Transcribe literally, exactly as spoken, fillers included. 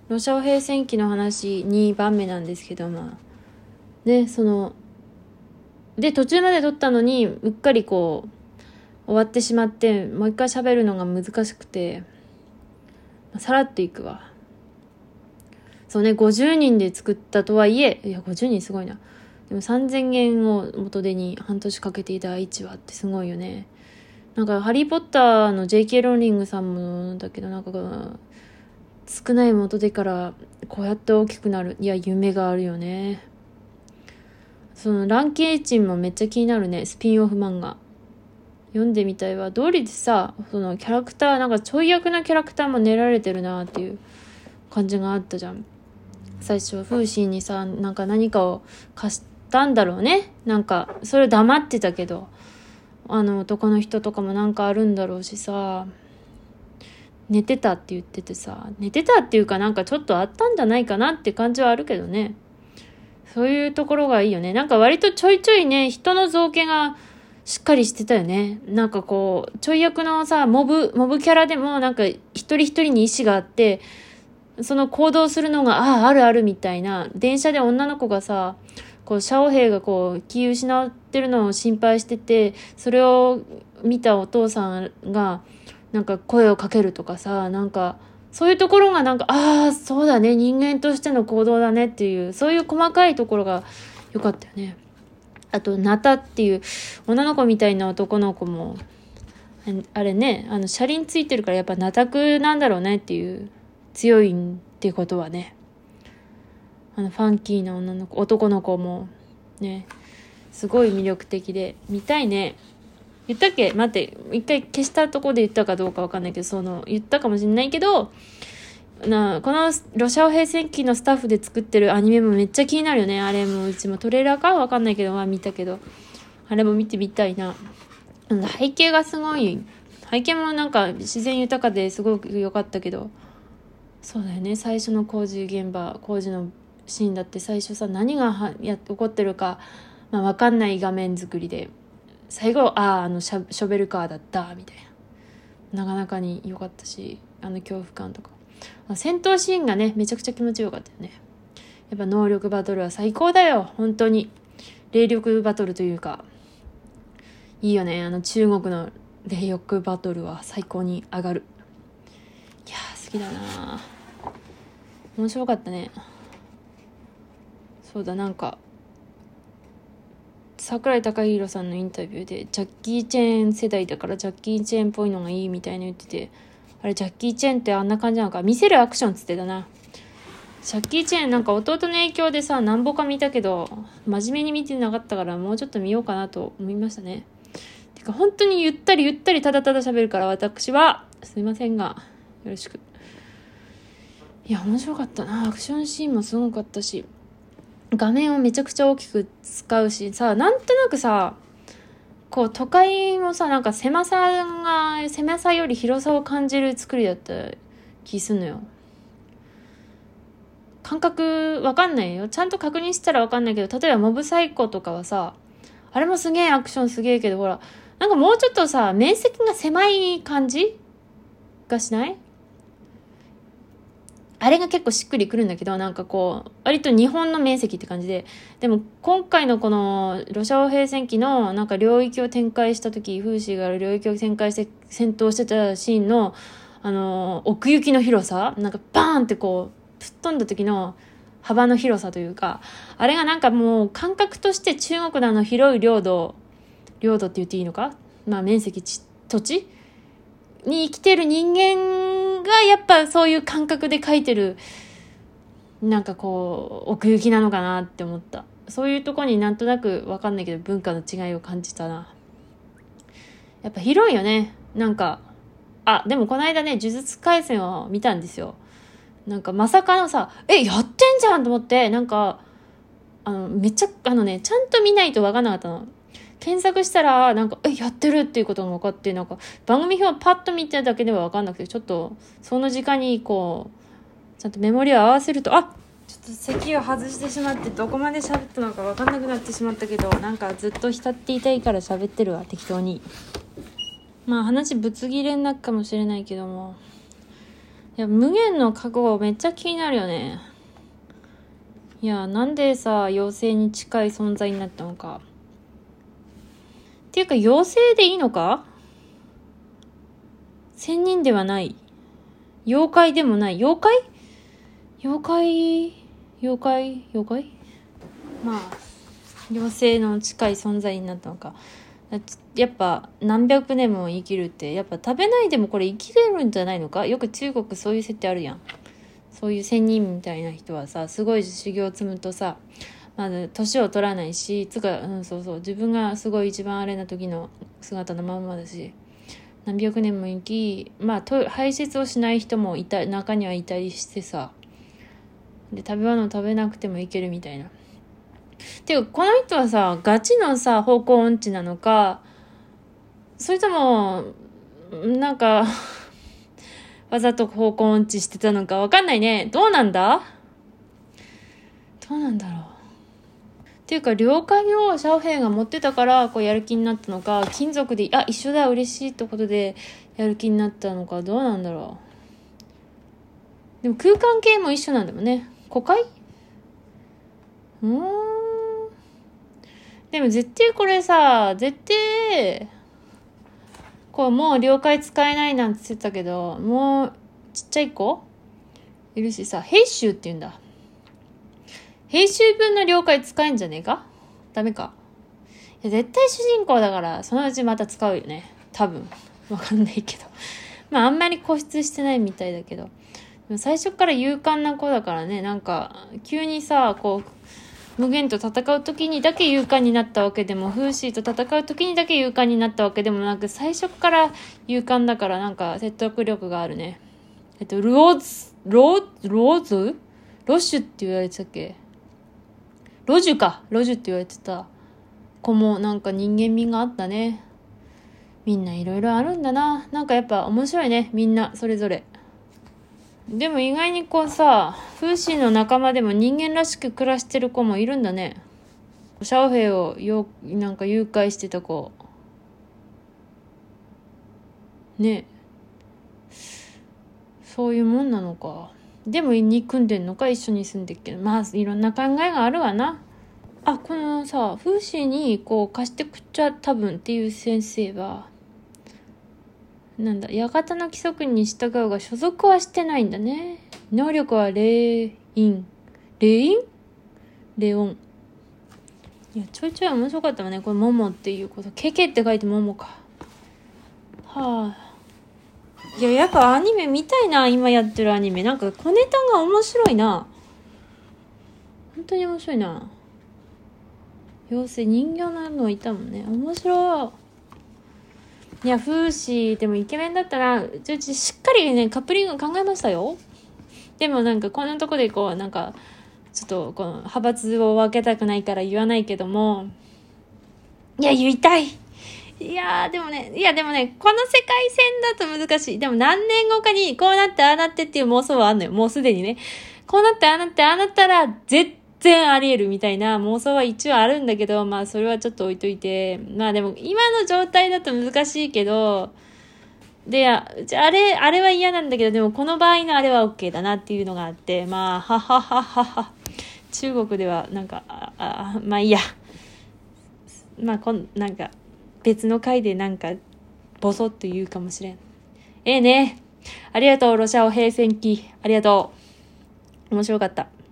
ロシア平戦期の話にばんめなんですけど、まあね、そので途中まで撮ったのにうっかりこう終わってしまって、もう一回喋るのが難しくて、まあ、さらっといくわ。そうね、ごじゅうにんで作ったとはいえ、いやごじゅうにんすごいな。でもさんぜんえんを元手に半年かけていたいちわってすごいよね。なんかハリーポッターの ジェイケー ローリングさんもだけど、なんか少ない元手からこうやって大きくなる、いや夢があるよね。そのランキーチンもめっちゃ気になるね。スピンオフ漫画読んでみたいわ。通りでさ、そのキャラクター、なんかちょい役なキャラクターも練られてるなっていう感じがあったじゃん。最初フーシーにさ、なんか何かを貸したんだろうね。なんかそれ黙ってたけど、あの男の人とかもなんかあるんだろうしさ、寝てたって言っててさ、寝てたっていうかなんかちょっとあったんじゃないかなって感じはあるけどね。そういうところがいいよね。なんか割とちょいちょいね、人の造形がしっかりしてたよね。なんかこうちょい役のさ、モブモブキャラでもなんか一人一人に意志があって、その行動するのがあああるあるみたいな。電車で女の子がさ、こうシャオヘイがこう気失ってるのを心配してて、それを見たお父さんがなんか声をかけるとかさ、なんかそういうところがなんか、ああそうだね、人間としての行動だねっていう、そういう細かいところが良かったよね。あとナタっていう女の子みたいな男の子もあれね、あの車輪ついてるからやっぱナタクなんだろうねっていう、強いってことはね、あのファンキーな女の子、男の子もね、すごい魅力的で見たいね。言ったっけ？待って、一回消したとこで言ったかどうかわかんないけど、その言ったかもしれないけど、なこのロシア平戦期のスタッフで作ってるアニメもめっちゃ気になるよね。あれもうちもトレーラーかわかんないけど、まあ見たけど、あれも見てみたいな。背景がすごい、背景もなんか自然豊かですごく良かったけど、そうだよね、最初の工事現場、工事のシーンだって最初さ、何がはや起こってるか、まあ、分かんない画面作りで、最後あああのシャショベルカーだったみたいな、なかなかに良かったし、あの恐怖感とか、戦闘シーンがねめちゃくちゃ気持ちよかったよね。やっぱ能力バトルは最高だよ、本当に。霊力バトルというかいいよね。あの中国の霊力バトルは最高に上がる。いやー好きだな、面白かったね。そうだ、なんか桜井貴弘さんのインタビューで、ジャッキー・チェーン世代だからジャッキー・チェーンっぽいのがいいみたいに言ってて、あれジャッキー・チェーンってあんな感じなのか、見せるアクションっつってたな。ジャッキー・チェーンなんか弟の影響でさ何ぼか見たけど真面目に見てなかったから、もうちょっと見ようかなと思いましたね。てか本当にゆったりゆったりただただ喋るから、私はすいませんがよろしく。いや面白かったな、アクションシーンもすごかったし、画面をめちゃくちゃ大きく使うしさ、なんとなくさ、こう都会もさ、なんか狭さが狭さより広さを感じる作りだった気すんのよ。感覚わかんないよ、ちゃんと確認したらわかんないけど、例えばモブサイコとかはさ、あれもすげえアクションすげえけど、ほらなんかもうちょっとさ面積が狭い感じがしない？あれが結構しっくりくるんだけど、なんかこう割と日本の面積って感じで、でも今回のこのロシア平戦期のなんか領域を展開した時、フーシーが領域を展開して戦闘してたシーンのあの奥行きの広さ、なんかバーンってこう吹っ飛んだ時の幅の広さというか、あれがなんかもう感覚として中国のあの広い領土領土って言っていいのか、まあ面積地土地に生きてる人間がやっぱそういう感覚で描いてる、なんかこう奥行きなのかなって思った。そういうとこになんとなく分かんないけど文化の違いを感じたな。やっぱ広いよね。なんかあでもこの間ね呪術廻戦を見たんですよ。なんかまさかのさ、えやってんじゃんと思って、なんかあのめっちゃあのねちゃんと見ないと分かんなかったの。検索したらなんかえやってるっていうことが分かって、なんか番組表をパッと見ただけでは分かんなくて、ちょっとその時間にこうちゃんとメモリを合わせると、あちょっと席を外してしまってどこまで喋ったのか分かんなくなってしまったけど、なんかずっと浸っていたいから喋ってるわ適当に。まあ話ぶつ切れになるかもしれないけども、 いや、無限の覚悟めっちゃ気になるよね。いや、なんでさ、妖精に近い存在になったのか。っていうか、妖精でいいのか？仙人ではない。妖怪でもない。妖怪？妖怪、妖怪、妖怪？まあ、妖精の近い存在になったのか。やっぱ何百年も生きるって、やっぱ食べないでもこれ生きれるんじゃないのか。よく中国そういう設定あるやん。そういう仙人みたいな人はさ、すごい修行を積むとさ、まず年を取らないし、つか、うん、そうそう、自分がすごい一番あれな時の姿のまんまだし、何百年も生き、まあと排泄をしない人もいた、中にはいたりしてさ、で食べ物食べなくてもいけるみたいな。てかこの人はさ、ガチのさ方向音痴なのか、それともなんかわざと方向音痴してたのかわかんないね。どうなんだどうなんだろう。っていうか、了解をシャオヘイが持ってたからこうやる気になったのか、金属であ一緒だ嬉しいってことでやる気になったのか、どうなんだろう。でも空間系も一緒なんだもんね。誤解？うーん。でも絶対これさ、絶対こうもう了解使えないなんて言ってたけど、もうちっちゃい子いるしさ、編集って言うんだ。編集分の了解使えんじゃねえか？ダメか？いや絶対主人公だからそのうちまた使うよね、多分。わかんないけど、まああんまり固執してないみたいだけど、でも最初から勇敢な子だからね。なんか急にさ、こう無限と戦う時にだけ勇敢になったわけでも、フーシーと戦う時にだけ勇敢になったわけでもなく、最初から勇敢だから、なんか説得力があるね。えっとローズローローズロッシュって言われてたっけ？ロジュかロジュって言われてた子もなんか人間味があったね。みんないろいろあるんだな。なんかやっぱ面白いね、みんなそれぞれ。でも意外にこうさ、フーシーの仲間でも人間らしく暮らしてる子もいるんだね。シャオヘイをよなんか誘拐してた子ね。そういうもんなのか。でも憎んでんのか、一緒に住んでっけど、まあいろんな考えがあるわな。あ、このさ、フーシーにこう貸してくっちゃ多分っていう先生はなんだ、館の規則に従うが所属はしてないんだね。能力は霊因霊因霊音。いやちょいちょい面白かったわね、これモモっていうこと。ケケって書いてモモか。はあ。いややっぱアニメ見たいな、今やってるアニメ。なんか小ネタが面白いな、本当に面白いな。妖精人形なのいたもんね、面白い。いや、フーシーでもイケメンだったら、うちしっかりね、カップリング考えましたよ。でもなんかこんなとこでこう、なんか、ちょっとこの派閥を分けたくないから言わないけども、いや、言いたい。いやー、でもね、いや、でもね、この世界線だと難しい。でも何年後かにこうなってああなってっていう妄想はあんのよ。もうすでにね。こうなってああなってああなったら、絶対全然あり得るみたいな妄想は一応あるんだけど、まあそれはちょっと置いといて、まあでも今の状態だと難しいけど、で、あれ、あれは嫌なんだけど、でもこの場合のあれは OK だなっていうのがあって、まあ、ははははは。中国ではなんか、ああまあいいや。まあこん、なんか別の回でなんかボソッと言うかもしれん。ええね。ありがとう、ロシアオ平戦記。ありがとう。面白かった。